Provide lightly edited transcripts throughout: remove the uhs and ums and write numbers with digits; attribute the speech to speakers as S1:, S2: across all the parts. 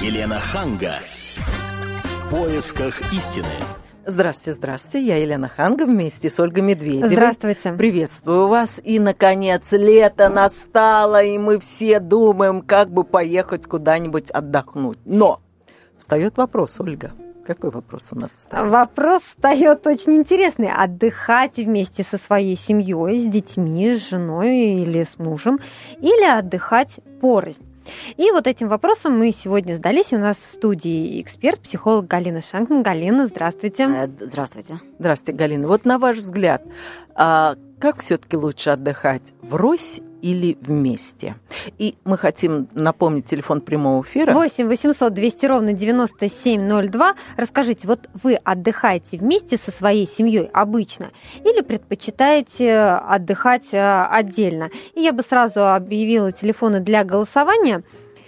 S1: Елена Ханга. В поисках истины.
S2: Здравствуйте, я Елена Ханга вместе с Ольгой Медведевой.
S3: Здравствуйте.
S2: Приветствую вас. И, наконец, лето настало, и мы все думаем, как бы поехать куда-нибудь отдохнуть. Но встает вопрос, Ольга. Какой вопрос у нас встает?
S3: Вопрос встает очень интересный. Отдыхать вместе со своей семьей, с детьми, с женой или с мужем, или отдыхать порознь? И вот этим вопросом мы сегодня задались. У нас в студии эксперт, психолог Галина Шанкин. Галина, здравствуйте.
S4: Здравствуйте.
S2: Здравствуйте, Галина. Вот на ваш взгляд, как все-таки лучше отдыхать, врозь или вместе? И мы хотим напомнить телефон прямого эфира.
S3: 8 800 200 ровно 9702. Расскажите, вот вы отдыхаете вместе со своей семьей обычно или предпочитаете отдыхать отдельно? И я бы сразу объявила телефоны для голосования.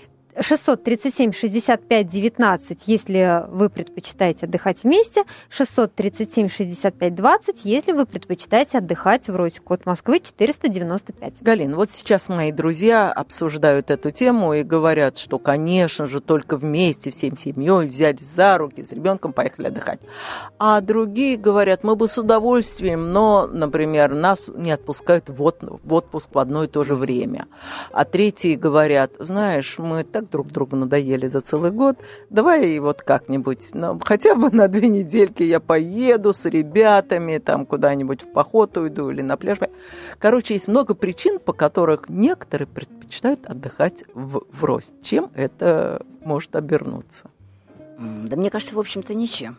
S3: 637-65-19, если вы предпочитаете отдыхать вместе, 637-65-20, если вы предпочитаете отдыхать врозь. Код Москвы 495.
S2: Галина, вот сейчас мои друзья обсуждают эту тему и говорят, что, конечно же, только вместе, всем семьей взялись за руки, с ребенком поехали отдыхать. А другие говорят, мы бы с удовольствием, но, например, нас не отпускают в отпуск в одно и то же время. А третьи говорят, знаешь, мы так друг другу надоели за целый год, давай вот как-нибудь, хотя бы на 2 недельки я поеду с ребятами, там куда-нибудь в поход уйду или на пляж. Короче, есть много причин, по которых некоторые предпочитают отдыхать врозь. Чем это может обернуться?
S4: Да мне кажется, в общем-то, ничем.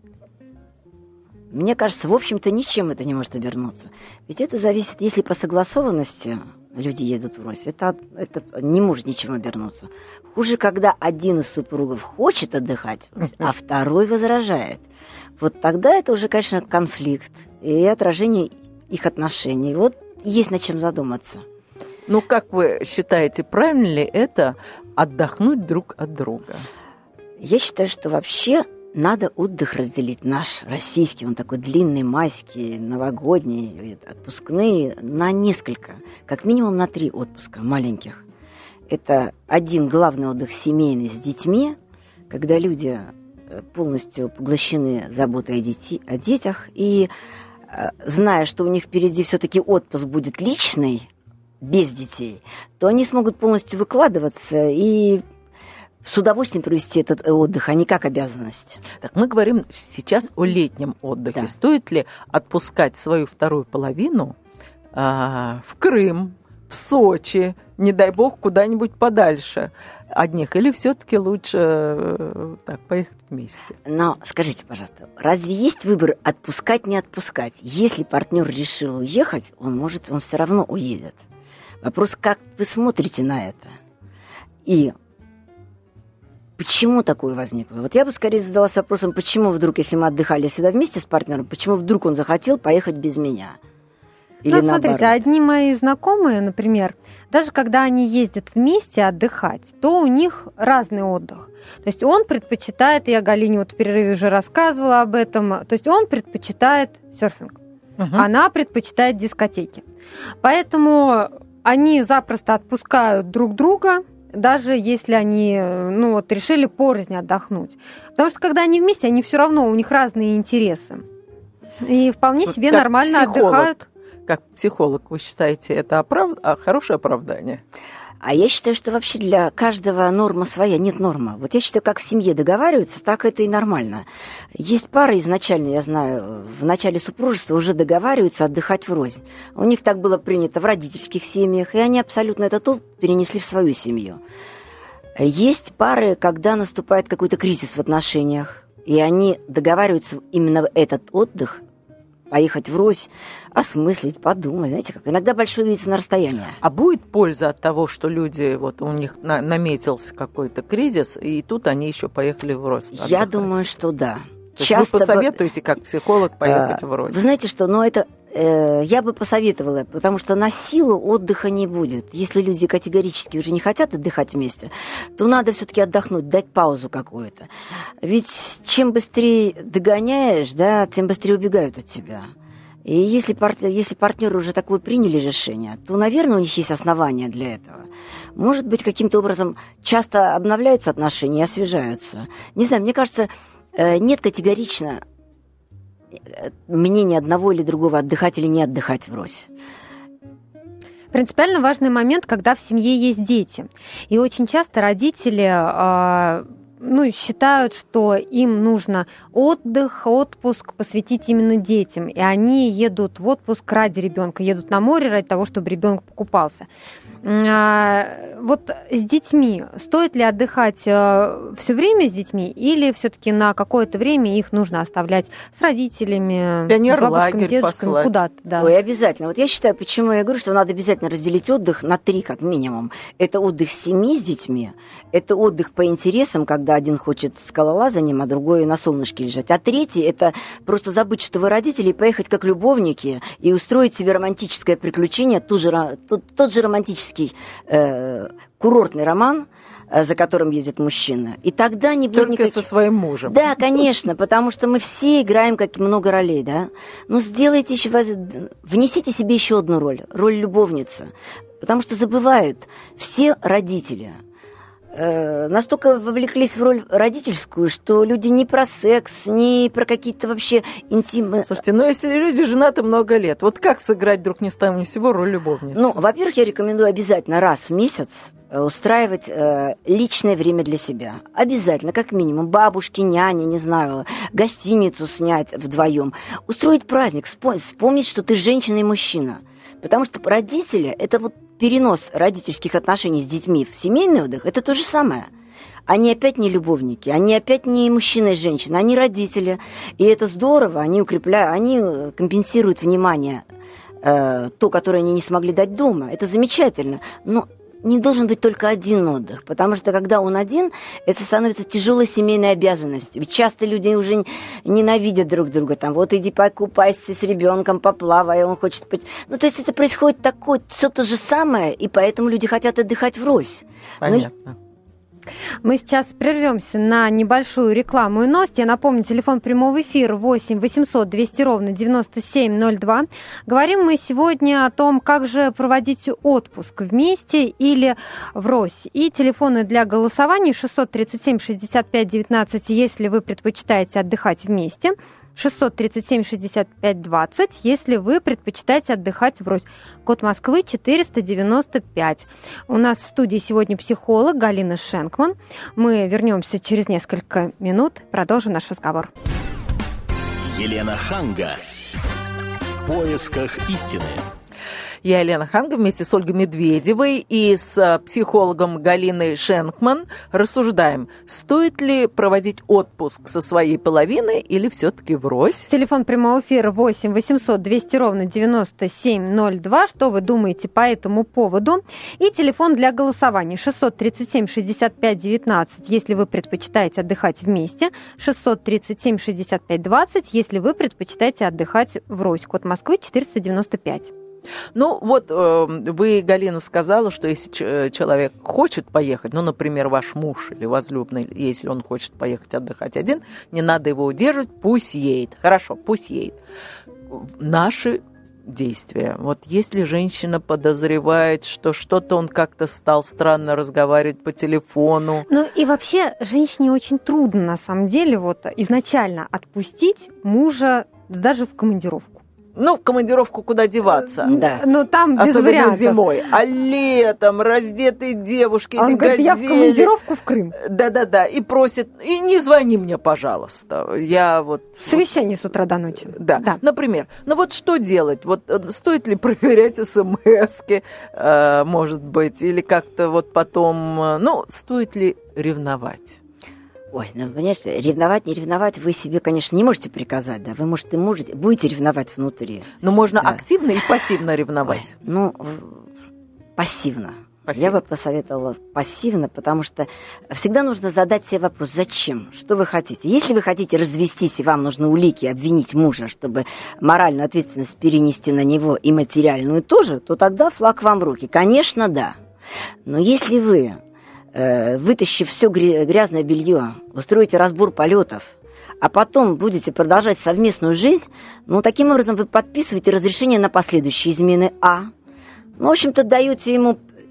S4: Мне кажется, в общем-то, ничем это не может обернуться. Ведь это зависит, если по согласованности люди едут врозь, это не может ничем обернуться. Хуже, когда один из супругов хочет отдыхать, а второй возражает. Вот тогда это уже, конечно, конфликт и отражение их отношений. Вот есть над чем задуматься.
S2: Ну, как вы считаете, правильно ли это отдохнуть друг от друга?
S4: Я считаю, что вообще надо отдых разделить наш, российский, он такой длинный, майский, новогодний, отпускные, на несколько, как минимум на 3 отпуска маленьких. Это один главный отдых семейный с детьми, когда люди полностью поглощены заботой о детях, и зная, что у них впереди все-таки отпуск будет личный, без детей, то они смогут полностью выкладываться и с удовольствием провести этот отдых, а не как обязанность.
S2: Так, мы говорим сейчас о летнем отдыхе. Да. Стоит ли отпускать свою вторую половину в Крым, в Сочи, не дай бог, куда-нибудь подальше одних? Или все-таки лучше поехать вместе?
S4: Но скажите, пожалуйста, разве есть выбор отпускать, не отпускать? Если партнер решил уехать, он все равно уедет. Вопрос, как вы смотрите на это? И почему такое возникло? Вот я бы скорее задалась вопросом, почему вдруг, если мы отдыхали всегда вместе с партнером, почему вдруг он захотел поехать без меня? Или
S3: смотрите, одни мои знакомые, например, даже когда они ездят вместе отдыхать, то у них разный отдых. То есть он предпочитает, я Галине вот в перерыве уже рассказывала об этом, то есть он предпочитает серфинг, она предпочитает дискотеки. Поэтому они запросто отпускают друг друга, даже если они решили порознь отдохнуть. Потому что когда они вместе, они все равно, у них разные интересы. И вполне себе как нормально
S2: психолог,
S3: отдыхают.
S2: Как психолог, вы считаете, это хорошее оправдание?
S4: А я считаю, что вообще для каждого норма своя, нет нормы. Вот я считаю, как в семье договариваются, так это и нормально. Есть пары изначально, я знаю, в начале супружества уже договариваются отдыхать врознь. У них так было принято в родительских семьях, и они абсолютно этот опыт перенесли в свою семью. Есть пары, когда наступает какой-то кризис в отношениях, и они договариваются именно в этот отдых поехать врозь, осмыслить, подумать. Знаете, как иногда большой видится на расстоянии.
S2: А будет польза от того, что люди, вот у них наметился какой-то кризис, и тут они еще поехали врозь?
S4: Я думаю, что да.
S2: То есть вы посоветуете, как психолог, поехать врозь?
S4: Вы знаете что, это я бы посоветовала, потому что на силу отдыха не будет. Если люди категорически уже не хотят отдыхать вместе, то надо все-таки отдохнуть, дать паузу какую-то. Ведь чем быстрее догоняешь, тем быстрее убегают от тебя. И если партнеры уже такое приняли решение, то, наверное, у них есть основания для этого. может быть, каким-то образом часто обновляются отношения и освежаются. Не знаю, мне кажется, нет категорично мнения одного или другого, отдыхать или не отдыхать врозь.
S3: Принципиально важный момент, когда в семье есть дети. И очень часто родители считают, что им нужно отпуск посвятить именно детям. И они едут в отпуск ради ребенка, едут на море ради того, чтобы ребенок покупался. Вот с детьми стоит ли отдыхать все время с детьми, или все-таки на какое-то время их нужно оставлять с родителями, с бабушками, дедушками, куда-то? Да.
S4: Ой, обязательно. Вот я считаю, почему я говорю, что надо обязательно разделить отдых на 3 как минимум. Это отдых с семьей, с детьми, это отдых по интересам, когда один хочет скалолазанием, а другой на солнышке лежать. А 3 это просто забыть, что вы родители, и поехать как любовники и устроить себе романтическое приключение, тот же романтический курортный роман, за которым ездит мужчина. И тогда не будет
S2: только никаких... со своим мужем.
S4: Да, конечно, потому что мы все играем как много ролей, да. Но сделайте еще, внесите себе еще одну роль любовницы, потому что забывают все родители. Настолько вовлеклись в роль родительскую, что люди не про секс, не про какие-то вообще интимные...
S2: Слушайте, если люди женаты много лет, вот как сыграть вдруг ни с того ни с сего роль любовницы?
S4: Во-первых, я рекомендую обязательно раз в месяц устраивать личное время для себя. Обязательно, как минимум, бабушки, няни, не знаю, гостиницу снять вдвоем. Устроить праздник, вспомнить, что ты женщина и мужчина. Потому что родители – это вот перенос родительских отношений с детьми в семейный отдых – это то же самое. Они опять не любовники, они опять не мужчина и женщина, они родители. И это здорово, они укрепляют, они компенсируют внимание, то, которое они не смогли дать дома. Это замечательно. Но не должен быть только один отдых, потому что когда он один, это становится тяжелой семейной обязанностью. Ведь часто люди уже ненавидят друг друга. Там, вот иди покупайся с ребенком, поплавай, он хочет... то есть это происходит такое, все то же самое, и поэтому люди хотят отдыхать врозь.
S2: Понятно.
S3: Мы сейчас прервемся на небольшую рекламу и новости. Я напомню, телефон прямого эфира 8 800 200 ровно 9702. Говорим мы сегодня о том, как же проводить отпуск вместе или врозь. И телефоны для голосования 637 65 19, если вы предпочитаете отдыхать вместе. 637-65-20, если вы предпочитаете отдыхать врозь. Код Москвы 495. У нас в студии сегодня психолог Галина Шенкман. Мы вернемся через несколько минут, продолжим наш разговор.
S1: Елена Ханга. В поисках истины.
S2: Я Елена Ханга вместе с Ольгой Медведевой и с психологом Галиной Шенкман рассуждаем, стоит ли проводить отпуск со своей половиной или все-таки врозь.
S3: Телефон прямого эфира 8 800 200 ровно 9702. Что вы думаете по этому поводу? И телефон для голосования 637 65 19, если вы предпочитаете отдыхать вместе. 637 65 20, если вы предпочитаете отдыхать врозь. Код Москвы 495.
S2: Вы, Галина, сказала, что если человек хочет поехать, например, ваш муж или возлюбленный, если он хочет поехать отдыхать один, не надо его удерживать, пусть едет. Хорошо, пусть едет. Наши действия. Если женщина подозревает, что что-то он как-то стал странно разговаривать по телефону.
S3: И вообще женщине очень трудно, на самом деле, изначально отпустить мужа даже в командировку.
S2: В командировку куда деваться?
S3: Да. Там без
S2: особенно
S3: вариантов.
S2: Зимой. А летом раздетые девушки,
S3: он
S2: эти
S3: говорит,
S2: газели.
S3: Я в командировку в Крым.
S2: Да. И просит, и не звони мне, пожалуйста.
S3: Совещание с утра до ночи.
S2: Да. Например. Что делать? Стоит ли проверять смс-ки, может быть, или как-то потом... стоит ли ревновать?
S4: Ой, понимаете, ревновать, не ревновать вы себе, конечно, не можете приказать, да, вы, может, и будете ревновать внутри.
S2: Можно активно и пассивно ревновать.
S4: Пассивно. Я бы посоветовала пассивно, потому что всегда нужно задать себе вопрос, зачем, что вы хотите. Если вы хотите развестись, и вам нужны улики, обвинить мужа, чтобы моральную ответственность перенести на него и материальную тоже, то тогда флаг вам в руки. Конечно, да. Но если вы... вытащив все грязное белье, устроите разбор полетов, а потом будете продолжать совместную жизнь, таким образом вы подписываете разрешение на последующие измены. В общем-то, даете ему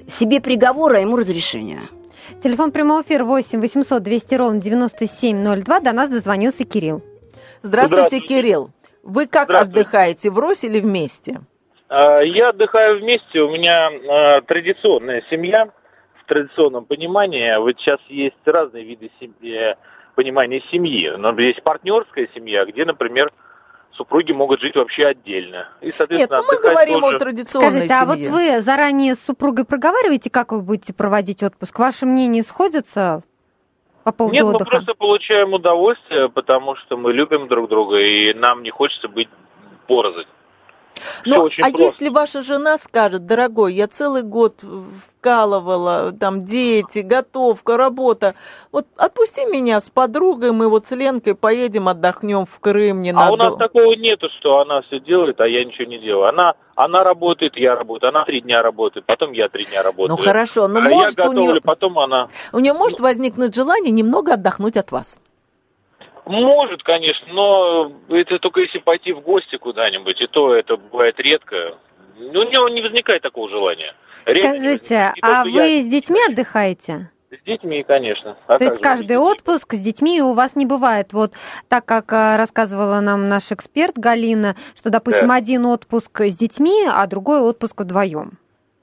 S4: себе приговор, а ему разрешение.
S3: Телефон прямого эфира 8 800 200 ровно 9702. До нас дозвонился Кирилл.
S2: Здравствуйте, Кирилл. Вы как отдыхаете, врозь или вместе?
S5: Я отдыхаю вместе, у меня традиционная семья, в традиционном понимании. Вот сейчас есть разные виды понимания семьи. Но есть партнерская семья, где, например, супруги могут жить вообще отдельно. И, соответственно,
S2: нет, мы говорим тоже о традиционной
S3: Скажите,
S2: семье.
S3: а вот вы заранее с супругой проговариваете, как вы будете проводить отпуск? Ваши мнения сходятся по поводу отдыха? Нет,
S5: мы просто получаем удовольствие, потому что мы любим друг друга, и нам не хочется быть порознь.
S2: Ну, а если ваша жена скажет: дорогой, я целый год вкалывала, там дети, готовка, работа, вот отпусти меня с подругой, мы вот с Ленкой поедем, отдохнем в Крым, не надо.
S5: А у нас такого нету, что она все делает, а я ничего не делаю. Она работает, я работаю, она 3 дня работает, потом я 3 дня работаю.
S2: Ну хорошо, но
S5: может я готовлю, потом она...
S2: У нее может возникнуть желание немного отдохнуть от вас?
S5: Может, конечно, но это только если пойти в гости куда-нибудь, и то это бывает редко. Ну, у него не возникает такого желания.
S3: Скажите, а вы с детьми отдыхаете?
S5: С детьми, конечно.
S3: То есть каждый отпуск с детьми у вас не бывает, вот так как рассказывала нам наш эксперт Галина, что, допустим, один отпуск с детьми, а другой отпуск вдвоем.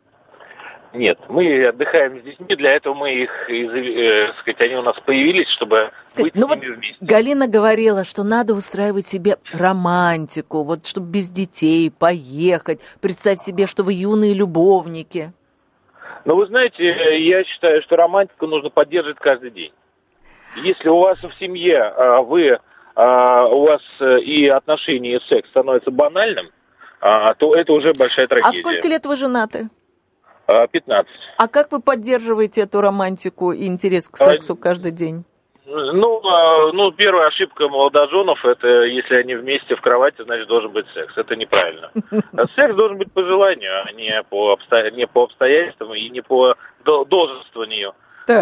S5: Нет, мы отдыхаем с детьми, для этого мы их, они у нас появились, чтобы быть с ними вместе.
S2: Галина говорила, что надо устраивать себе романтику, вот чтобы без детей поехать. Представь себе, что вы юные любовники.
S5: Ну, вы знаете, я считаю, что романтику нужно поддерживать каждый день. Если у вас в семье у вас и отношения, и секс становятся банальным, то это уже большая трагедия.
S2: А сколько лет вы женаты?
S5: 15.
S2: А как вы поддерживаете эту романтику и интерес к сексу каждый день?
S5: Ну, первая ошибка молодоженов, это если они вместе в кровати, значит, должен быть секс. Это неправильно. Секс должен быть по желанию, а не по обстоятельствам и не по долженствованию.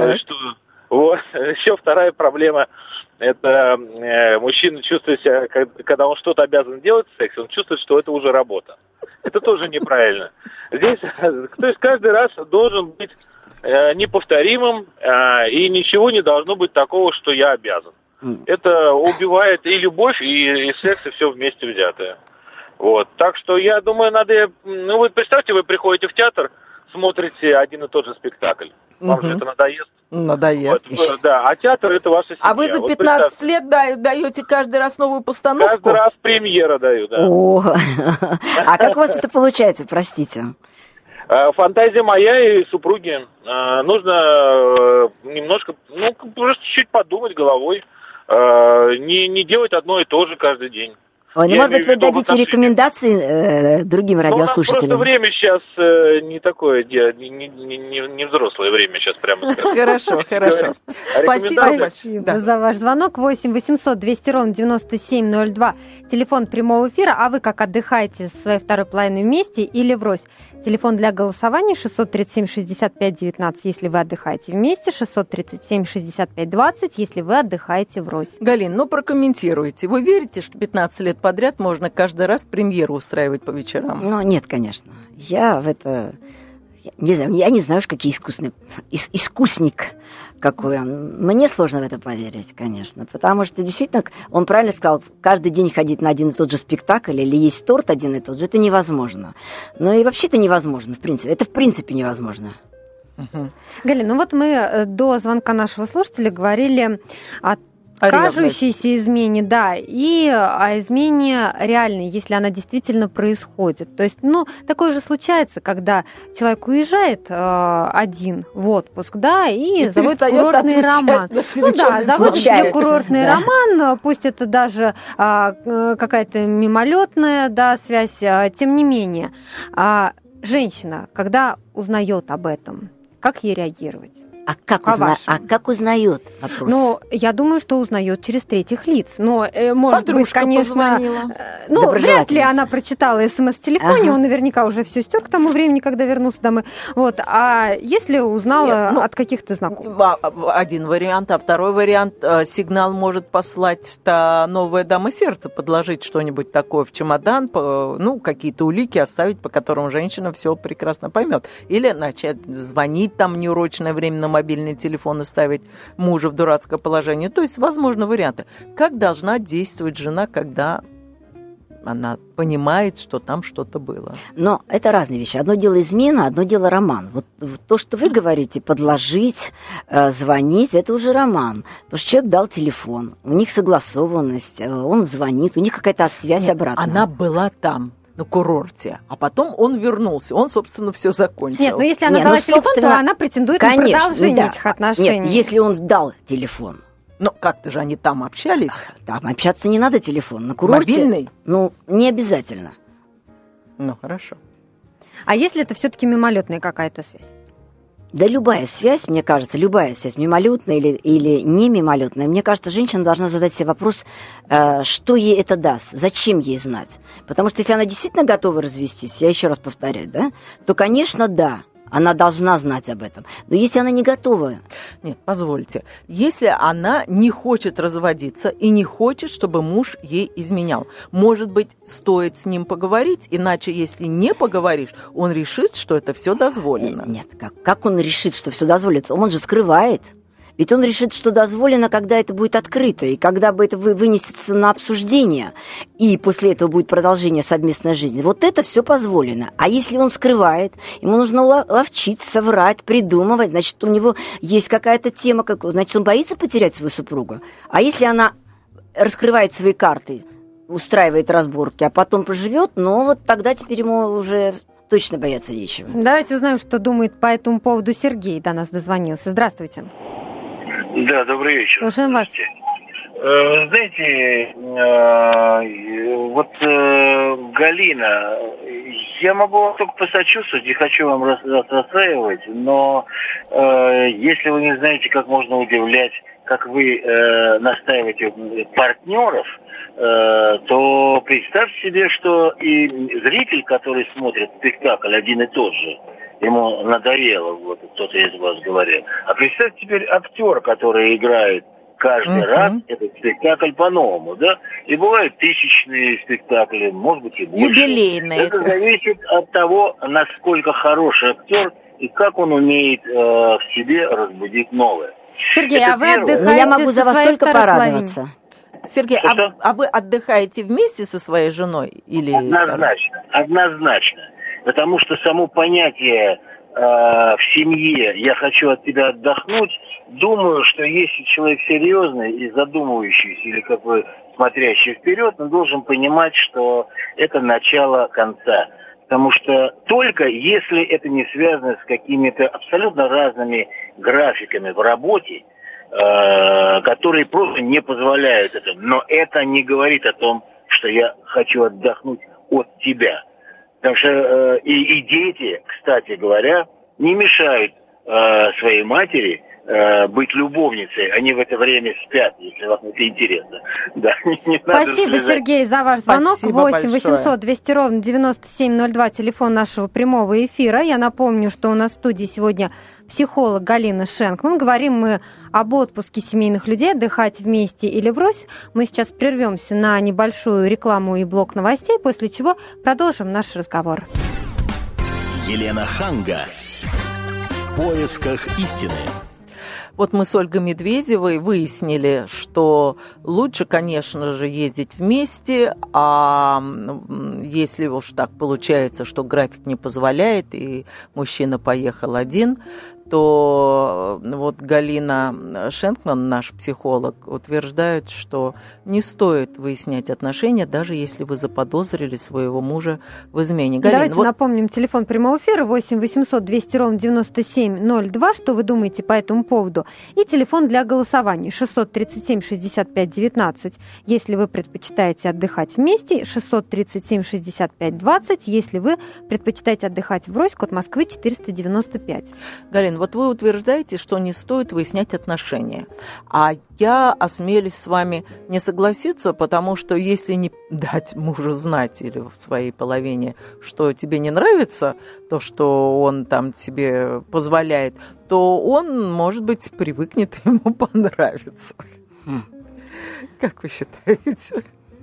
S5: Вот. Еще вторая проблема, это мужчина чувствует себя, когда он что-то обязан делать в сексе, он чувствует, что это уже работа. Это тоже неправильно. Здесь, то есть каждый раз должен быть неповторимым, и ничего не должно быть такого, что я обязан. Это убивает и любовь, и секс, и все вместе взятое. Вот. Так что я думаю, надо... Ну, вы представьте, вы приходите в театр, смотрите один и тот же спектакль. Вам же это надоест.
S2: Надоест.
S5: Вот, да, а театр это ваша семья.
S2: А вы за 15 лет даете каждый раз новую постановку?
S5: Каждый раз премьера даю, да.
S4: О, а как у вас это получается, простите?
S5: Фантазия моя и супруги. Нужно немножко, просто чуть-чуть подумать головой. Не делать одно и то же каждый день.
S4: Ой, ну, может быть, вы дадите рекомендации другим радиослушателям?
S5: Просто время сейчас не такое, не взрослое время сейчас прямо.
S2: Хорошо. Спасибо
S3: за ваш звонок. 8 800 200 ровно 9702. Телефон прямого эфира. А вы как отдыхаете со своей второй половиной вместе или врозь? Телефон для голосования 637-65-19, если вы отдыхаете вместе, 637-65-20, если вы отдыхаете врозь.
S2: Галин, прокомментируйте. Вы верите, что 15 лет подряд можно каждый раз премьеру устраивать по вечерам?
S4: Ну, нет, конечно. Я в это... Не знаю, я не знаю уж, какие искусник какой он. Мне сложно в это поверить, конечно, потому что действительно, он правильно сказал, каждый день ходить на один и тот же спектакль или есть торт один и тот же, это невозможно. Но и вообще это невозможно, в принципе. Это в принципе невозможно.
S3: Галина, мы до звонка нашего слушателя говорили о кажущейся измене, да, и о измене реальной, если она действительно происходит. То есть, такое же случается, когда человек уезжает один в отпуск, да, и заводит курортный роман. Заводит себе курортный роман, пусть это даже какая-то мимолетная, да, связь, тем не менее. Женщина, когда узнает об этом, как ей реагировать?
S4: А как узнает вопрос?
S3: Ну, я думаю, что узнает через третьих лиц. Но, может
S2: Подружка
S3: быть, конечно... вряд ли она прочитала СМС в телефоне, он наверняка уже все стер к тому времени, когда вернулся домой. Вот. А если узнала от каких-то знакомых?
S2: Один вариант, а второй вариант, сигнал может послать новая дама сердца, подложить что-нибудь такое в чемодан, какие-то улики оставить, по которым женщина все прекрасно поймет. Или начать звонить там в неурочное время на мобильный телефон и ставить мужа в дурацкое положение. То есть, возможно, варианты. Как должна действовать жена, когда она понимает, что там что-то было?
S4: Но это разные вещи. Одно дело измена, одно дело роман. Вот то, что вы говорите, подложить, звонить, это уже роман. Потому что человек дал телефон, у них согласованность, он звонит, у них какая-то связь обратная.
S2: Она была там, на курорте, а потом он вернулся, он, собственно, все закончил.
S3: Нет, но если она дала телефон, то она претендует на продолжение этих отношений.
S4: Нет, если он дал телефон.
S2: Ну, как-то же они там общались.
S4: Там общаться не надо телефон. На курорте...
S2: Мобильный?
S4: Ну, не обязательно.
S2: Ну, хорошо.
S3: А если это все-таки мимолетная какая-то связь?
S4: Да любая связь, мне кажется, любая связь, мимолетная или не мимолетная, мне кажется, женщина должна задать себе вопрос, что ей это даст, зачем ей знать. Потому что если она действительно готова развестись, я еще раз повторяю, да, то, конечно, да, она должна знать об этом. Но если она не готова...
S2: Нет, позвольте. Если она не хочет разводиться и не хочет, чтобы муж ей изменял, может быть, стоит с ним поговорить, иначе, если не поговоришь, он решит, что это все дозволено.
S4: Нет, как он решит, что все дозволено? Он же скрывает. Ведь он решит, что дозволено, когда это будет открыто, и когда бы это вынесется на обсуждение, и после этого будет продолжение совместной жизни. Вот это все позволено. А если он скрывает, ему нужно ловчиться, врать, придумывать, значит, у него есть какая-то тема, значит, он боится потерять свою супругу. А если она раскрывает свои карты, устраивает разборки, а потом проживет, вот тогда теперь ему уже точно бояться нечего.
S3: Давайте узнаем, что думает по этому поводу Сергей. До нас дозвонился. Здравствуйте.
S6: Да, добрый вечер.
S3: Слушаем вас.
S6: Знаете, Галина, я могу вам только посочувствовать, не хочу вам расстраивать, но если вы не знаете, как можно удивлять, как вы настаиваете партнеров, то представьте себе, что и зритель, который смотрит спектакль один и тот же, ему надоело, вот кто-то из вас говорил. А представьте теперь актер, который играет каждый раз этот спектакль по-новому, да? И бывают тысячные спектакли, может быть и больше.
S2: Юбилейные.
S6: Это зависит от того, насколько хороший актер и как он умеет в себе разбудить новое.
S3: Сергей,
S6: это
S3: а вы отдыхаете
S4: я могу за вас только порадоваться.
S2: Сергей, а вы отдыхаете вместе со своей женой? Или...
S6: Однозначно. Потому что само понятие в семье «я хочу от тебя отдохнуть», думаю, что если человек серьезный и задумывающийся, или как бы смотрящий вперед, он должен понимать, что это начало конца. Потому что только если это не связано с какими-то абсолютно разными графиками в работе, которые просто не позволяют это. Но это не говорит о том, что я хочу отдохнуть от тебя. Потому что и дети, кстати говоря, не мешают своей матери быть любовницей. Они в это время спят, если вам это интересно. Да, не
S3: Спасибо,
S6: надо
S3: Сергей, за ваш звонок.
S2: Спасибо
S3: 8 800 200 ровно 9702, телефон нашего прямого эфира. Я напомню, что у нас в студии сегодня психолог Галина Шенкман. Говорим мы об отпуске семейных людей, отдыхать вместе или врозь. Мы сейчас прервемся на небольшую рекламу и блок новостей, после чего продолжим наш разговор.
S1: Елена Ханга. В поисках истины.
S2: Вот мы с Ольгой Медведевой выяснили, что лучше, конечно же, ездить вместе, а если уж так получается, что график не позволяет, и мужчина поехал один, то вот Галина Шенкман, наш психолог, утверждает, что не стоит выяснять отношения, даже если вы заподозрили своего мужа в измене. Галина,
S3: давайте напомним телефон прямого эфира 8 800 200 ровно 9702. Что вы думаете по этому поводу? И телефон для голосования 637 65 19, если вы предпочитаете отдыхать вместе, 637 65 20, если вы предпочитаете отдыхать врозь, код Москвы 495.
S2: Галина, вот вы утверждаете, что не стоит выяснять отношения. А я осмелюсь с вами не согласиться, потому что если не дать мужу знать или в своей половине, что тебе не нравится, то, что он там тебе позволяет, то он, может быть, привыкнет, ему понравится. Как вы считаете?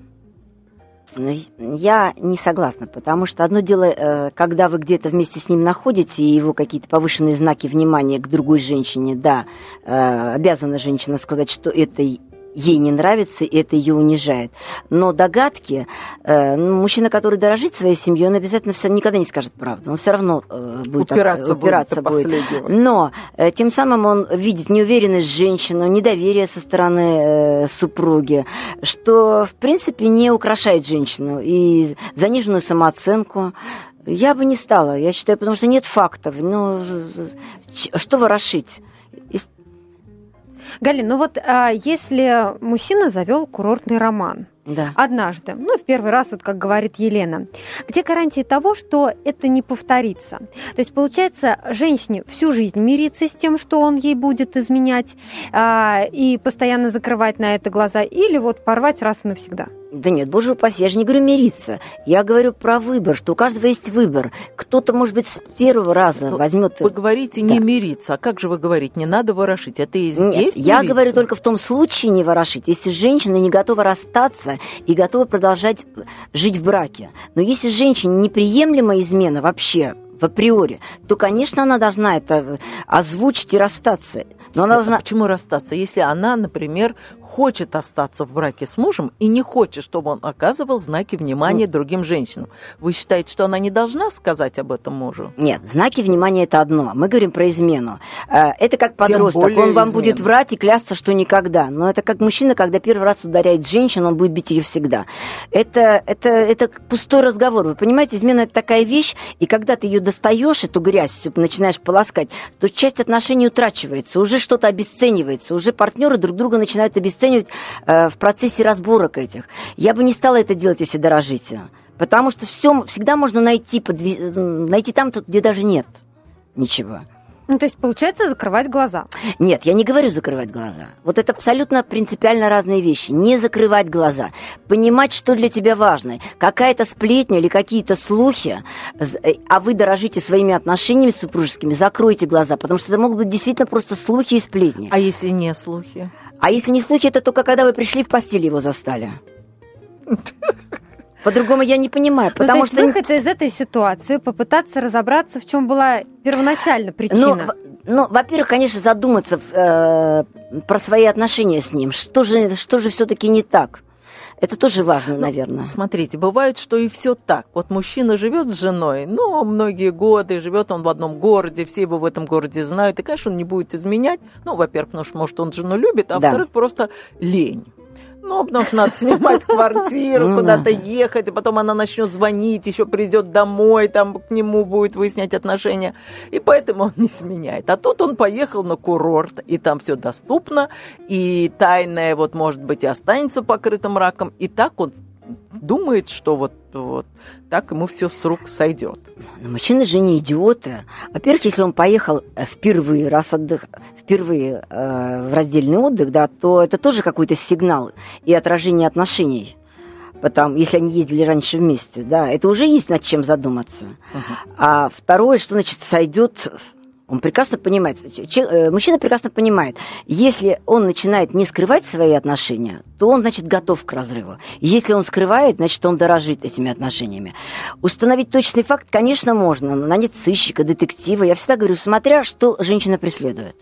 S4: Я не согласна, потому что одно дело, когда вы где-то вместе с ним находите, и его какие-то повышенные знаки внимания к другой женщине, да, обязана женщина сказать, что это ей не нравится, и это ее унижает. Но догадки, мужчина, который дорожит своей семьей, он обязательно никогда не скажет правду. Он все равно будет упираться будет. Но тем самым он видит неуверенность женщины, недоверие со стороны супруги, что, в принципе, не украшает женщину, и заниженную самооценку. Я бы не стала, я считаю, потому что нет фактов. Ну, что ворошить?
S3: Галина, ну вот если мужчина завел курортный роман, да, однажды, ну, в первый раз, вот как говорит Елена, где гарантии того, что это не повторится? То есть, получается, женщине всю жизнь мириться с тем, что он ей будет изменять, и постоянно закрывать на это глаза, или вот порвать раз и навсегда?
S4: Да нет, боже упаси, я же не говорю мириться. Я говорю про выбор, что у каждого есть выбор. Кто-то, может быть, с первого раза возьмет...
S2: Вы говорите не мириться, а как же вы говорите, не надо ворошить? Это и
S4: нет,
S2: есть
S4: я
S2: мириться?
S4: Говорю только в том случае не ворошить, если женщина не готова расстаться и готова продолжать жить в браке. Но если женщине неприемлема измена вообще, в априори, то, конечно, она должна это озвучить и расстаться. Но она должна...
S2: Почему расстаться? Если она, например, хочет остаться в браке с мужем и не хочет, чтобы он оказывал знаки внимания другим женщинам, вы считаете, что она не должна сказать об этом мужу?
S4: Нет, знаки внимания – это одно. Мы говорим про измену. Это как подросток. Он вам будет врать и клясться, что никогда. Но это как мужчина, когда первый раз ударяет женщину, он будет бить ее всегда. Это пустой разговор. Вы понимаете, измена – это такая вещь, и когда ты ее достаешь, эту грязь, начинаешь полоскать, то часть отношений утрачивается, уже что-то обесценивается, уже партнеры друг друга начинают обесценивать в процессе разборок этих. Я бы не стала это делать, если дорожите. Потому что всегда можно найти там, где даже нет ничего.
S3: Ну, то есть, получается, закрывать глаза?
S4: Нет, я не говорю закрывать глаза. Вот это абсолютно принципиально разные вещи. Не закрывать глаза. Понимать, что для тебя важно. Какая-то сплетня или какие-то слухи, а вы дорожите своими отношениями супружескими, закройте глаза, потому что это могут быть действительно просто слухи и сплетни.
S2: А если не слухи?
S4: А если не слухи, это только когда вы пришли в постель, его застали. По-другому я не понимаю, потому что...
S3: выход из этой ситуации, попытаться разобраться, в чем была первоначально причина.
S4: Ну, во-первых, конечно, задуматься про свои отношения с ним. Что же все-таки не так? Это тоже важно, наверное.
S2: Смотрите, бывает, что и все так. Вот мужчина живет с женой, многие годы, живет он в одном городе, все его в этом городе знают, и, конечно, он не будет изменять. Во-первых, потому что, может, он жену любит, а во-вторых, просто лень. Потому что надо снимать квартиру, куда-то ехать, а потом она начнет звонить, еще придет домой, там к нему будет выяснять отношения. И поэтому он не изменяет. А тут он поехал на курорт, и там все доступно, и тайное, может быть, и останется покрытым раком. И так он думает, что вот так ему все с рук сойдет.
S4: Но мужчины же не идиоты. Во-первых, если он поехал впервые в раздельный отдых, да, то это тоже какой-то сигнал и отражение отношений. Если они ездили раньше вместе, да, это уже есть над чем задуматься. А второе, что значит сойдет... Он прекрасно понимает, мужчина прекрасно понимает, если он начинает не скрывать свои отношения, то он, значит, готов к разрыву. Если он скрывает, значит, он дорожит этими отношениями. Установить точный факт, конечно, можно, но нанять сыщика, детектива. Я всегда говорю, смотря, что женщина преследует.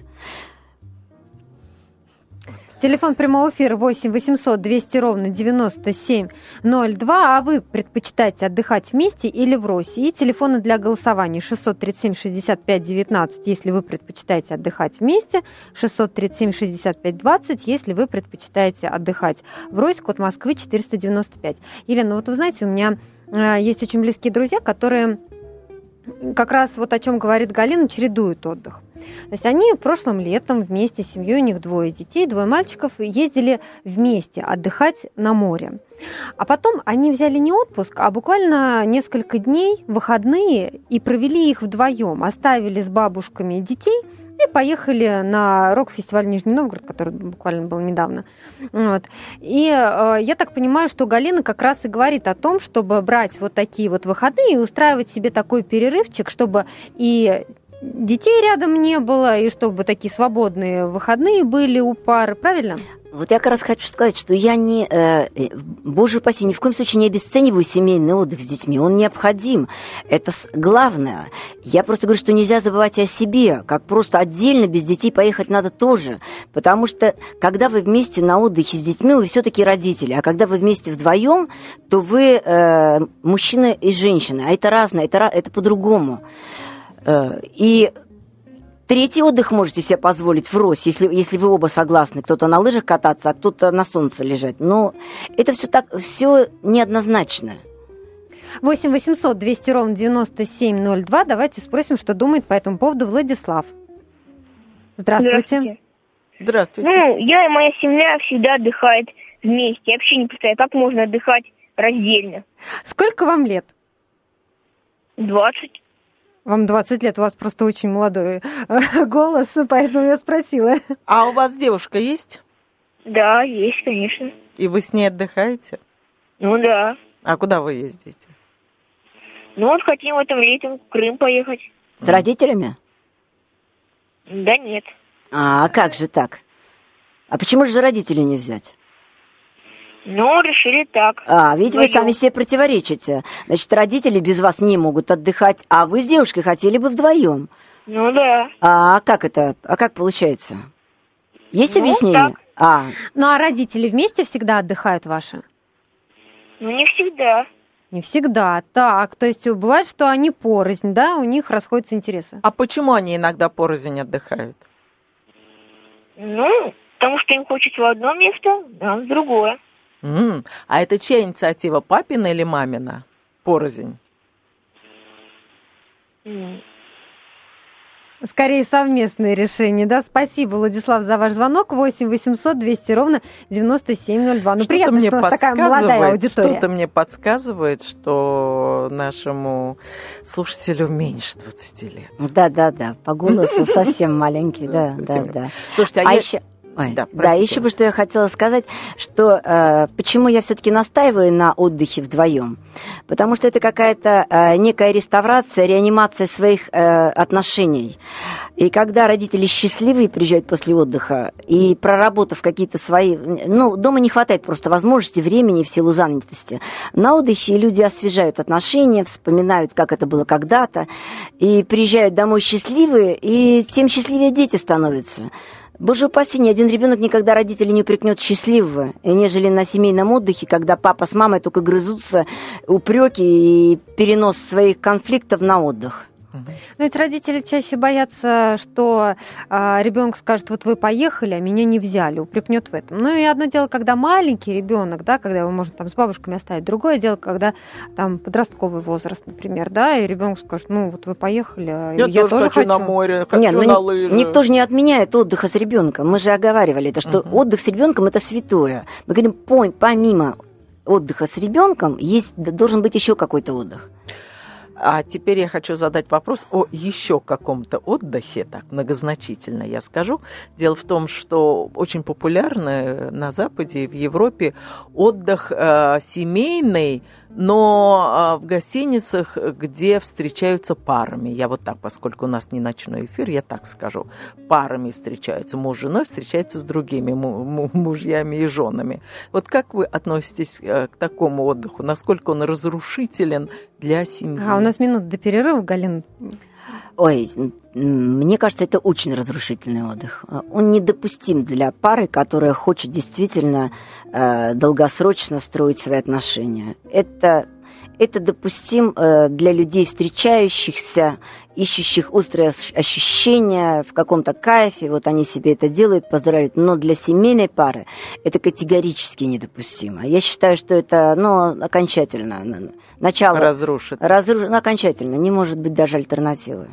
S3: Телефон прямого эфира 8 800 200 ровно 9702. А вы предпочитаете отдыхать вместе или врозь? И телефоны для голосования 637 65 19, если вы предпочитаете отдыхать вместе, 637 65 20, если вы предпочитаете отдыхать врозь, код Москвы 495. Елена, вы знаете, у меня есть очень близкие друзья, которые как раз о чем говорит Галина, чередуют отдых. То есть они прошлым летом вместе с семьей, у них 2 детей, 2 мальчиков, ездили вместе отдыхать на море. А потом они взяли не отпуск, а буквально несколько дней, выходные, и провели их вдвоем. Оставили с бабушками детей И поехали на рок-фестиваль Нижний Новгород, который буквально был недавно. Вот. И я так понимаю, что Галина как раз и говорит о том, чтобы брать вот такие вот выходные и устраивать себе такой перерывчик, чтобы и детей рядом не было, и чтобы такие свободные выходные были у пары, правильно?
S4: Вот я как раз хочу сказать, что я не, боже упаси, ни в коем случае не обесцениваю семейный отдых с детьми, он необходим, это главное. Я просто говорю, что нельзя забывать о себе, как просто отдельно без детей поехать надо тоже, потому что когда вы вместе на отдыхе с детьми, вы все-таки родители, а когда вы вместе вдвоем, то вы мужчина и женщина, а это разное, это по-другому. И третий отдых можете себе позволить врозь, если вы оба согласны. Кто-то на лыжах кататься, а кто-то на солнце лежать. Но это все неоднозначно.
S3: 8 800 200 ровно 9702. Давайте спросим, что думает по этому поводу Владислав. Здравствуйте.
S2: Здравствуйте.
S7: Ну, я и моя семья всегда отдыхает вместе. Я вообще не представляю, как можно отдыхать раздельно.
S3: Сколько вам лет?
S7: 20.
S3: Вам 20 лет, у вас просто очень молодой голос, поэтому я спросила.
S2: А у вас девушка есть?
S7: Да, есть, конечно.
S2: И вы с ней отдыхаете?
S7: Ну да.
S2: А куда вы ездите?
S7: Ну вот хотим этим летом в Крым поехать.
S4: С родителями?
S7: Да нет.
S4: А как же так? А почему же родителей не взять?
S7: Ну, решили так.
S4: Видите, вы сами себе противоречите. Значит, родители без вас не могут отдыхать, а вы с девушкой хотели бы вдвоем.
S7: Ну да.
S4: А как это? А как получается? Есть объяснение?
S7: Так.
S3: Ну, а родители вместе всегда отдыхают ваши?
S7: Ну, не всегда.
S3: Не всегда. Так, то есть бывает, что они порознь, да, у них расходятся интересы.
S2: А почему они иногда порознь отдыхают?
S7: Ну, потому что им хочется в одно место, а в другое.
S2: А это чья инициатива, папина или мамина? Порознь.
S3: Скорее совместное решение, да? Спасибо, Владислав, за ваш звонок. 8 800 200 ровно 9702. Ну, приятно, что у нас такая молодая аудитория.
S2: Что-то мне подсказывает, что нашему слушателю меньше 20 лет.
S4: Да. По голосу совсем маленький, да.
S2: Слушайте,
S4: еще бы что я хотела сказать, что почему я все-таки настаиваю на отдыхе вдвоем, потому что это какая-то некая реставрация, реанимация своих отношений. И когда родители счастливые приезжают после отдыха и проработав какие-то свои... Ну, дома не хватает просто возможности, времени в силу занятости. На отдыхе люди освежают отношения, вспоминают, как это было когда-то, и приезжают домой счастливые, и тем счастливее дети становятся. Боже упаси, ни один ребенок никогда родителей не упрекнет счастливого, нежели на семейном отдыхе, когда папа с мамой только грызутся, упреки и перенос своих конфликтов на отдых.
S3: Но ведь родители чаще боятся, что ребенок скажет: вот вы поехали, а меня не взяли, упрекнет в этом. Ну и одно дело, когда маленький ребенок, да, когда его можно там с бабушками оставить. Другое дело, когда там подростковый возраст, например, да, и ребенок скажет: ну вот вы поехали,
S2: я тоже хочу на море, хочу на лыжи.
S4: Никто же не отменяет отдыха с ребенком. Мы же оговаривали это, что отдых с ребенком это святое. Мы говорим, помимо отдыха с ребенком должен быть еще какой-то отдых.
S2: А теперь я хочу задать вопрос о еще каком-то отдыхе, так многозначительно я скажу. Дело в том, что очень популярный на Западе и в Европе отдых семейный, но в гостиницах, где встречаются парами. Я вот так, поскольку у нас не ночной эфир, я так скажу. Парами встречаются. Муж с женой встречается с другими мужьями и женами. Вот как вы относитесь к такому отдыху? Насколько он разрушителен для семьи?
S3: У нас минута до перерыва, Галина.
S4: Ой, мне кажется, это очень разрушительный отдых. Он недопустим для пары, которая хочет действительно долгосрочно строить свои отношения. Это допустим для людей, встречающихся, ищущих острые ощущения в каком-то кайфе. Вот они себе это делают, поздравляют. Но для семейной пары это категорически недопустимо. Я считаю, что это окончательно. Начало
S2: разрушит.
S4: Окончательно. Не может быть даже альтернативы.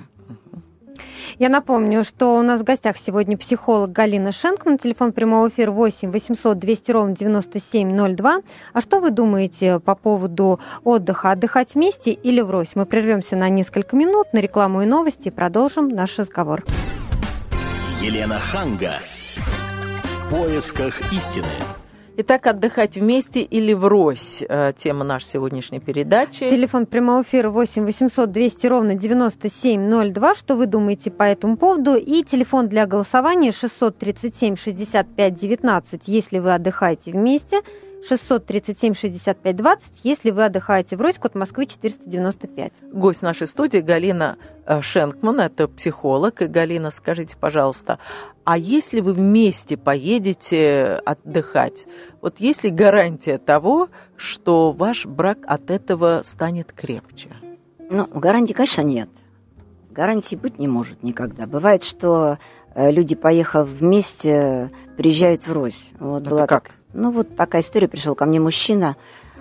S3: Я напомню, что у нас в гостях сегодня психолог Галина Шенкман. Телефон прямого эфира 8 800 200 ровно 9702. А что вы думаете по поводу отдыха? Отдыхать вместе или врозь? Мы прервемся на несколько минут на рекламу и новости и продолжим наш разговор.
S1: Елена Ханга. В поисках истины.
S2: Итак, отдыхать вместе или врозь? Тема нашей сегодняшней передачи.
S3: Телефон прямого эфира 8 800 200 ровно 9702. Что вы думаете по этому поводу? И телефон для голосования 637 65 19, если вы отдыхаете вместе. 637 65 20, если вы отдыхаете врозь, код Москвы 495.
S2: Гость нашей студии Галина Шенкман, это психолог. И, Галина, скажите, пожалуйста, а если вы вместе поедете отдыхать, вот есть ли гарантия того, что ваш брак от этого станет крепче?
S4: Ну, гарантии, конечно, нет. Гарантии быть не может никогда. Бывает, что люди, поехав вместе, приезжают врозь. Вот
S2: Это
S4: была
S2: как?
S4: Ну, вот такая история. Пришел ко мне мужчина,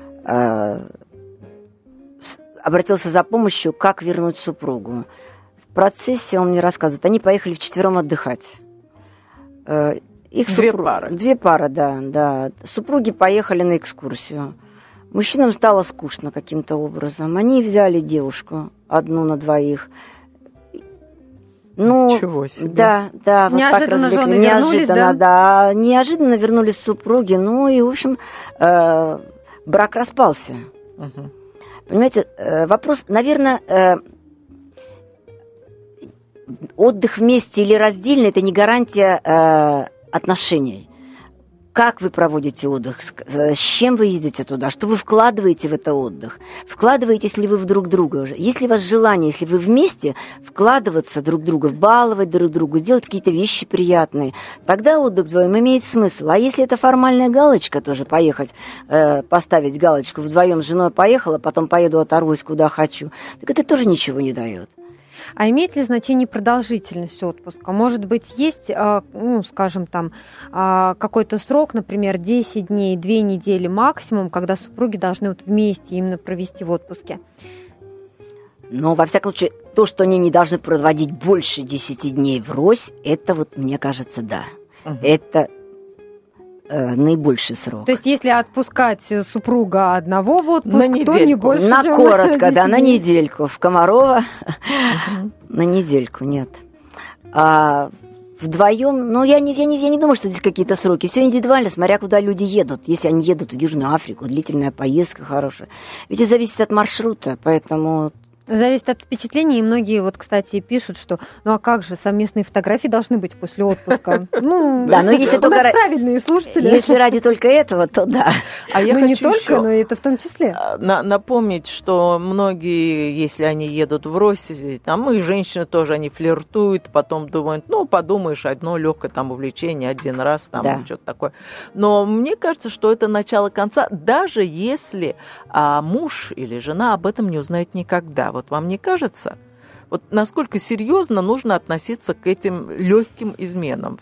S4: обратился за помощью, как вернуть супругу. В процессе он мне рассказывает, они поехали вчетвером отдыхать.
S2: Две пары.
S4: Две пары, да. Супруги поехали на экскурсию. Мужчинам стало скучно каким-то образом. Они взяли девушку, одну на двоих. Ну,
S2: ничего себе.
S4: Да, вот
S3: неожиданно
S4: так
S3: жены вернулись,
S4: да? Неожиданно вернулись супруги, ну и, в общем, брак распался.
S2: Угу.
S4: Понимаете, вопрос, наверное, отдых вместе или раздельно – это не гарантия отношений. Как вы проводите отдых, с чем вы ездите туда, что вы вкладываете в это отдых, вкладываетесь ли вы в друг друга уже. Есть ли у вас желание, если вы вместе, вкладываться друг в друга, вбаловать друг друга, делать какие-то вещи приятные, тогда отдых вдвоем имеет смысл. А если это формальная галочка тоже, поехать, поставить галочку, вдвоем с женой поехала, потом поеду оторвусь куда хочу, так это тоже ничего не дает.
S3: А имеет ли значение продолжительность отпуска? Может быть, есть, ну, скажем, там, какой-то срок, например, 10 дней, 2 недели максимум, когда супруги должны вот вместе именно провести в отпуске?
S4: Но, во всяком случае, то, что они не должны проводить больше 10 дней врозь, это вот, мне кажется, да. Угу. Это наибольший срок.
S3: То есть, если отпускать супруга одного в отпуск, то не больше,
S4: на
S3: чем
S4: коротко, да,
S3: 10
S4: на
S3: дней.
S4: недельку. В Комарова на недельку, нет. А вдвоем, ну, я не думаю, что здесь какие-то сроки. Все индивидуально, смотря куда люди едут. Если они едут в Южную Африку, длительная поездка хорошая. Ведь это зависит от маршрута, поэтому...
S3: Зависит от впечатлений, и многие, вот, кстати, пишут, что ну а как же, совместные фотографии должны быть после отпуска. Ну,
S4: да, но если только
S3: правильные слушатели.
S4: Если ради только этого, то да.
S2: А я
S3: ну,
S2: хочу
S3: не только,
S2: еще
S3: но и это в том числе.
S2: Напомнить, что многие, если они едут врозь, там и женщины тоже, они флиртуют, потом думают, ну, подумаешь, одно легкое там увлечение, один раз, там
S4: да.
S2: Что-то такое. Но мне кажется, что это начало конца, даже если муж или жена об этом не узнает никогда. Вот вам не кажется? Вот насколько серьезно нужно относиться к этим легким изменам?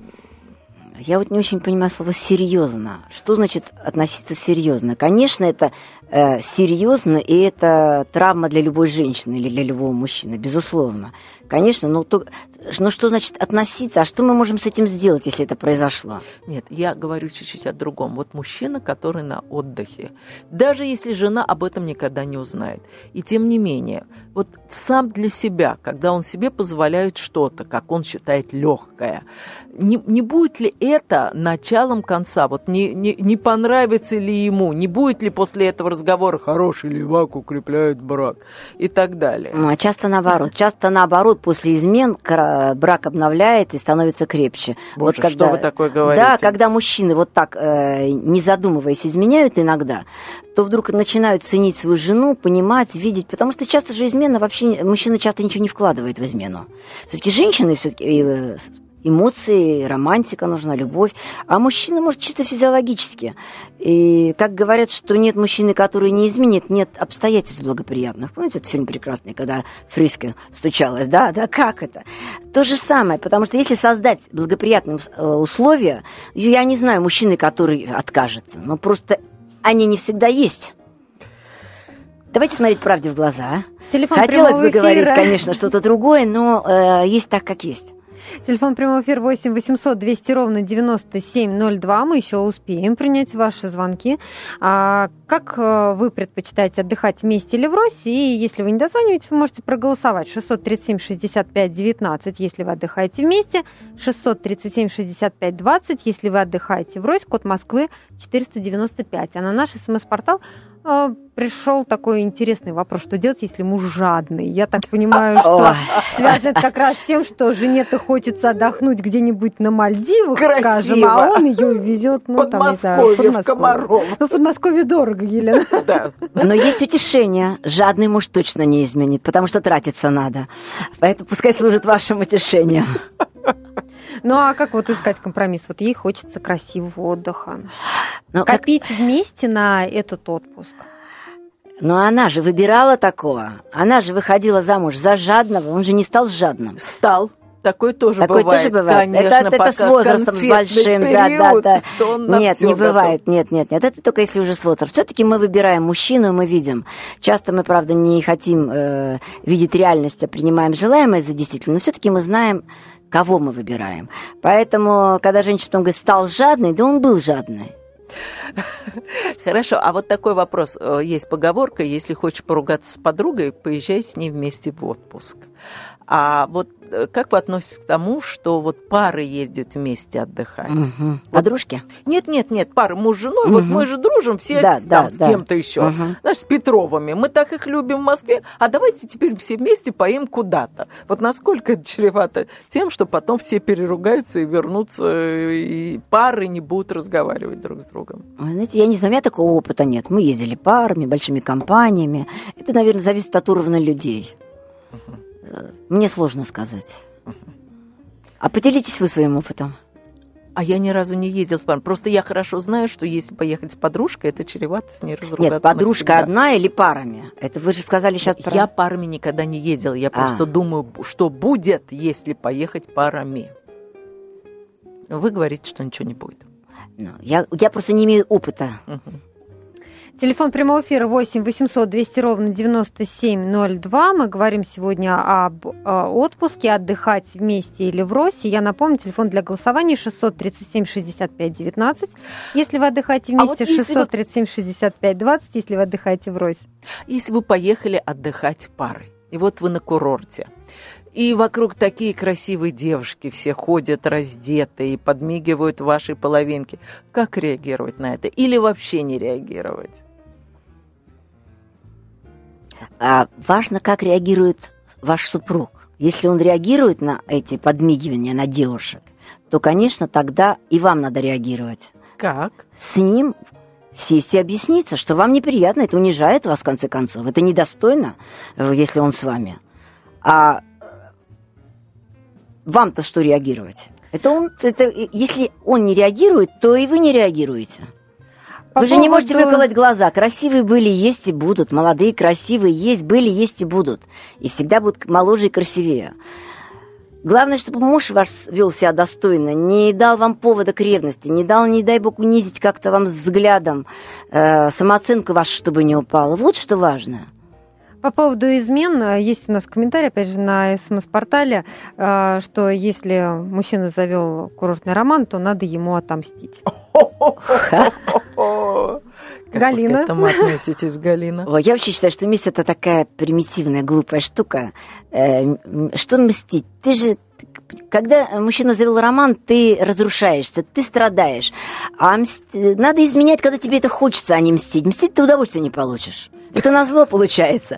S4: Я вот не очень понимаю слово «серьезно». Что значит относиться серьезно? Конечно, это серьезно, и это травма для любой женщины или для любого мужчины, безусловно. Конечно, но что значит относиться? А что мы можем с этим сделать, если это произошло?
S2: Нет, я говорю чуть-чуть о другом. Вот мужчина, который на отдыхе, даже если жена об этом никогда не узнает, и тем не менее, вот сам для себя, когда он себе позволяет что-то, как он считает, легкое, не будет ли это началом конца? Вот не понравится ли ему? Не будет ли после этого разговора «хороший левак укрепляет брак» и так далее?
S4: Ну, а часто наоборот, после измен брак обновляет и становится крепче.
S2: Боже,
S4: вот когда,
S2: что вы такое говорите?
S4: Да, когда мужчины вот так, не задумываясь, изменяют иногда, то вдруг начинают ценить свою жену, понимать, видеть, потому что часто же измена вообще, мужчина часто ничего не вкладывает в измену. Все-таки женщины все-таки эмоции, романтика нужна, любовь. А мужчина может чисто физиологически. И как говорят, что нет мужчины, который не изменит, нет обстоятельств благоприятных. Помните этот фильм прекрасный, когда Фриске стучалась? Да, как это? То же самое, потому что если создать благоприятные условия, я не знаю мужчины, который откажется, но просто они не всегда есть. Давайте смотреть правде в глаза.
S3: Телефон
S4: Хотелось бы
S3: прямого эфира.
S4: говорить, конечно, что-то другое, но есть так, как есть.
S3: Телефон прямого эфира 8 800 200 ровно 9702. Мы еще успеем принять ваши звонки. Как вы предпочитаете отдыхать вместе или врозь? И если вы не дозваниваетесь, вы можете проголосовать. 637-65-19, если вы отдыхаете вместе. 637-65-20, если вы отдыхаете врозь. Код Москвы 495. А на наш СМС-портал пришел такой интересный вопрос, что делать, если муж жадный. Я так понимаю, что связано это как раз с тем, что жене-то хочется отдохнуть где-нибудь на Мальдивах, скажем, а он ее везет, ну, там, не знаю, в Комаров. Ну, в Подмосковье дорого, Елена.
S2: Да.
S4: Но есть утешение. Жадный муж точно не изменит, потому что тратиться надо. Поэтому пускай служит вашим утешением.
S3: Ну, а как вот искать компромисс? Вот ей хочется красивого отдыха. Копить вместе на этот отпуск.
S4: Но она же выбирала такого. Она же выходила замуж за жадного. Он же не стал жадным.
S2: Стал. Такое тоже
S4: Такое
S2: бывает.
S4: Тоже бывает.
S2: Конечно,
S4: это с возрастом большим.
S2: Период,
S4: да.
S2: Нет,
S4: не бывает. Нет. Это только если уже с возрастом. Все-таки мы выбираем мужчину, мы видим. Часто мы, правда, не хотим видеть реальность, а принимаем желаемое за действительно. Но все-таки мы знаем, кого мы выбираем. Поэтому, когда женщина потом говорит, стал жадный, да он был жадный.
S2: Хорошо, а вот такой вопрос. Есть поговорка, если хочешь поругаться с подругой, поезжай с ней вместе в отпуск. А вот как вы относитесь к тому, что вот пары ездят вместе отдыхать?
S4: Угу. Подружки?
S2: Нет, пары муж с женой. Вот мы же дружим все с кем-то еще. Знаешь, с Петровыми. Мы так их любим в Москве. А давайте теперь все вместе поим куда-то. Вот насколько это чревато тем, что потом все переругаются и вернутся, и пары не будут разговаривать друг с другом.
S4: Вы знаете, я не знаю, у меня такого опыта нет. Мы ездили парами, большими компаниями. Это, наверное, зависит от уровня людей. Мне сложно сказать. А поделитесь вы своим опытом.
S2: А я ни разу не ездила с парой. Просто я хорошо знаю, что если поехать с подружкой, это чревато с ней разругаться.
S4: Нет, подружка навсегда. Одна или парами? Это вы же сказали сейчас про...
S2: Я парами никогда не ездила. Я просто думаю, что будет, если поехать парами. Вы говорите, что ничего не будет.
S4: Я просто не имею опыта.
S3: Телефон прямого эфира 8 800 200 ровно 9702. Мы говорим сегодня об отпуске, отдыхать вместе или врозь. И я напомню, телефон для голосования 637 65 19, если вы отдыхаете вместе, 637 65 20, если вы отдыхаете врозь.
S2: Если вы поехали отдыхать парой, и вот вы на курорте, и вокруг такие красивые девушки, все ходят раздетые и подмигивают вашей половинке. Как реагировать на это? Или вообще не реагировать?
S4: Важно, как реагирует ваш супруг. Если он реагирует на эти подмигивания на девушек, то, конечно, тогда и вам надо реагировать.
S2: Как?
S4: С ним сесть и объясниться, что вам неприятно, это унижает вас, в конце концов. Это недостойно, если он с вами. А вам-то что реагировать? Если он не реагирует, то и вы не реагируете. Вы же не можете выколоть глаза. Красивые были, есть и будут. Молодые, красивые есть, были, есть и будут. И всегда будут моложе и красивее. Главное, чтобы муж ваш вел себя достойно, не дал вам повода к ревности, не дал, не дай бог, унизить как-то вам взглядом, самооценку вашу, чтобы не упала. Вот что важно.
S3: По поводу измен, есть у нас комментарий, опять же, на СМС-портале, что если мужчина завел курортный роман, то надо ему отомстить. Галина.
S2: Как вы к этому относитесь, Галина?
S4: Я вообще считаю, что месть – это такая примитивная, глупая штука. Что мстить? Ты же, когда мужчина завел роман, ты разрушаешься, ты страдаешь. А надо изменять, когда тебе это хочется, а не мстить. Мстить ты удовольствия не получишь. Это назло получается.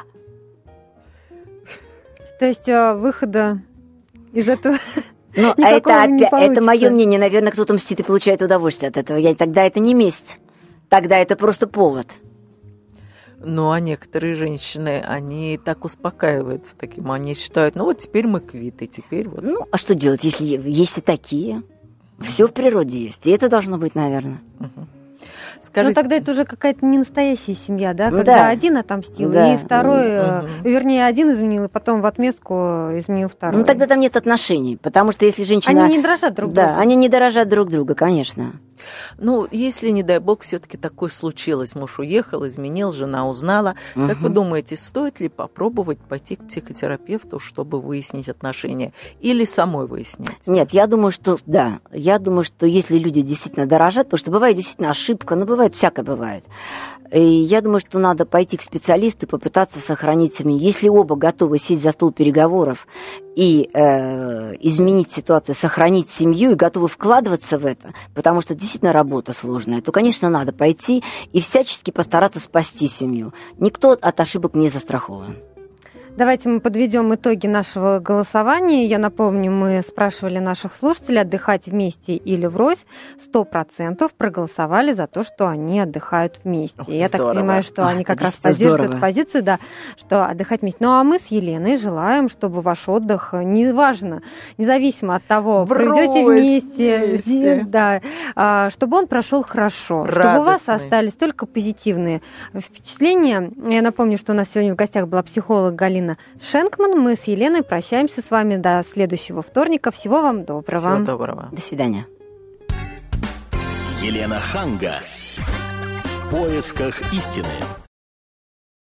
S3: То есть выхода из этого...
S4: Ну, это мое мнение. Наверное, кто-то мстит и получает удовольствие от этого. Тогда это не месть. Тогда это просто повод.
S2: Ну, а некоторые женщины, они так успокаиваются таким. Они считают, ну вот теперь мы квиты, теперь вот.
S4: Ну, а что делать, если есть и такие? Все в природе есть. И это должно быть, наверное.
S3: Скажите... Но тогда это уже какая-то не настоящая семья, да? Когда один отомстил, и второй, вернее, один изменил, и потом в отместку изменил второй.
S4: Ну, тогда там нет отношений, потому что если женщина...
S3: Они не дорожат друг друга.
S4: Да, они не дорожат друг друга, конечно.
S2: Ну, если, не дай бог, все-таки такое случилось, муж уехал, изменил, жена узнала, как вы думаете, стоит ли попробовать пойти к психотерапевту, чтобы выяснить отношения, или самой выяснять?
S4: Нет, я думаю, что да. Я думаю, что если люди действительно дорожат, потому что бывает действительно ошибка, но бывает, всякое бывает. И я думаю, что надо пойти к специалисту и попытаться сохранить семью. Если оба готовы сесть за стол переговоров и изменить ситуацию, сохранить семью и готовы вкладываться в это, потому что действительно работа сложная, то, конечно, надо пойти и всячески постараться спасти семью. Никто от ошибок не застрахован.
S3: Давайте мы подведем итоги нашего голосования. Я напомню, мы спрашивали наших слушателей, отдыхать вместе или врозь. 100% проголосовали за то, что они отдыхают вместе. Я так понимаю, что они как раз поддерживают эту позицию, да, что отдыхать вместе. Ну а мы с Еленой желаем, чтобы ваш отдых, неважно, независимо от того, проведете вместе, да, чтобы он прошел хорошо, чтобы у вас остались только позитивные впечатления. Я напомню, что у нас сегодня в гостях была психолог Галина Шенкман. Мы с Еленой прощаемся с вами до следующего вторника. Всего вам доброго.
S2: Всего доброго.
S4: До свидания.
S1: Елена Ханга. В поисках истины.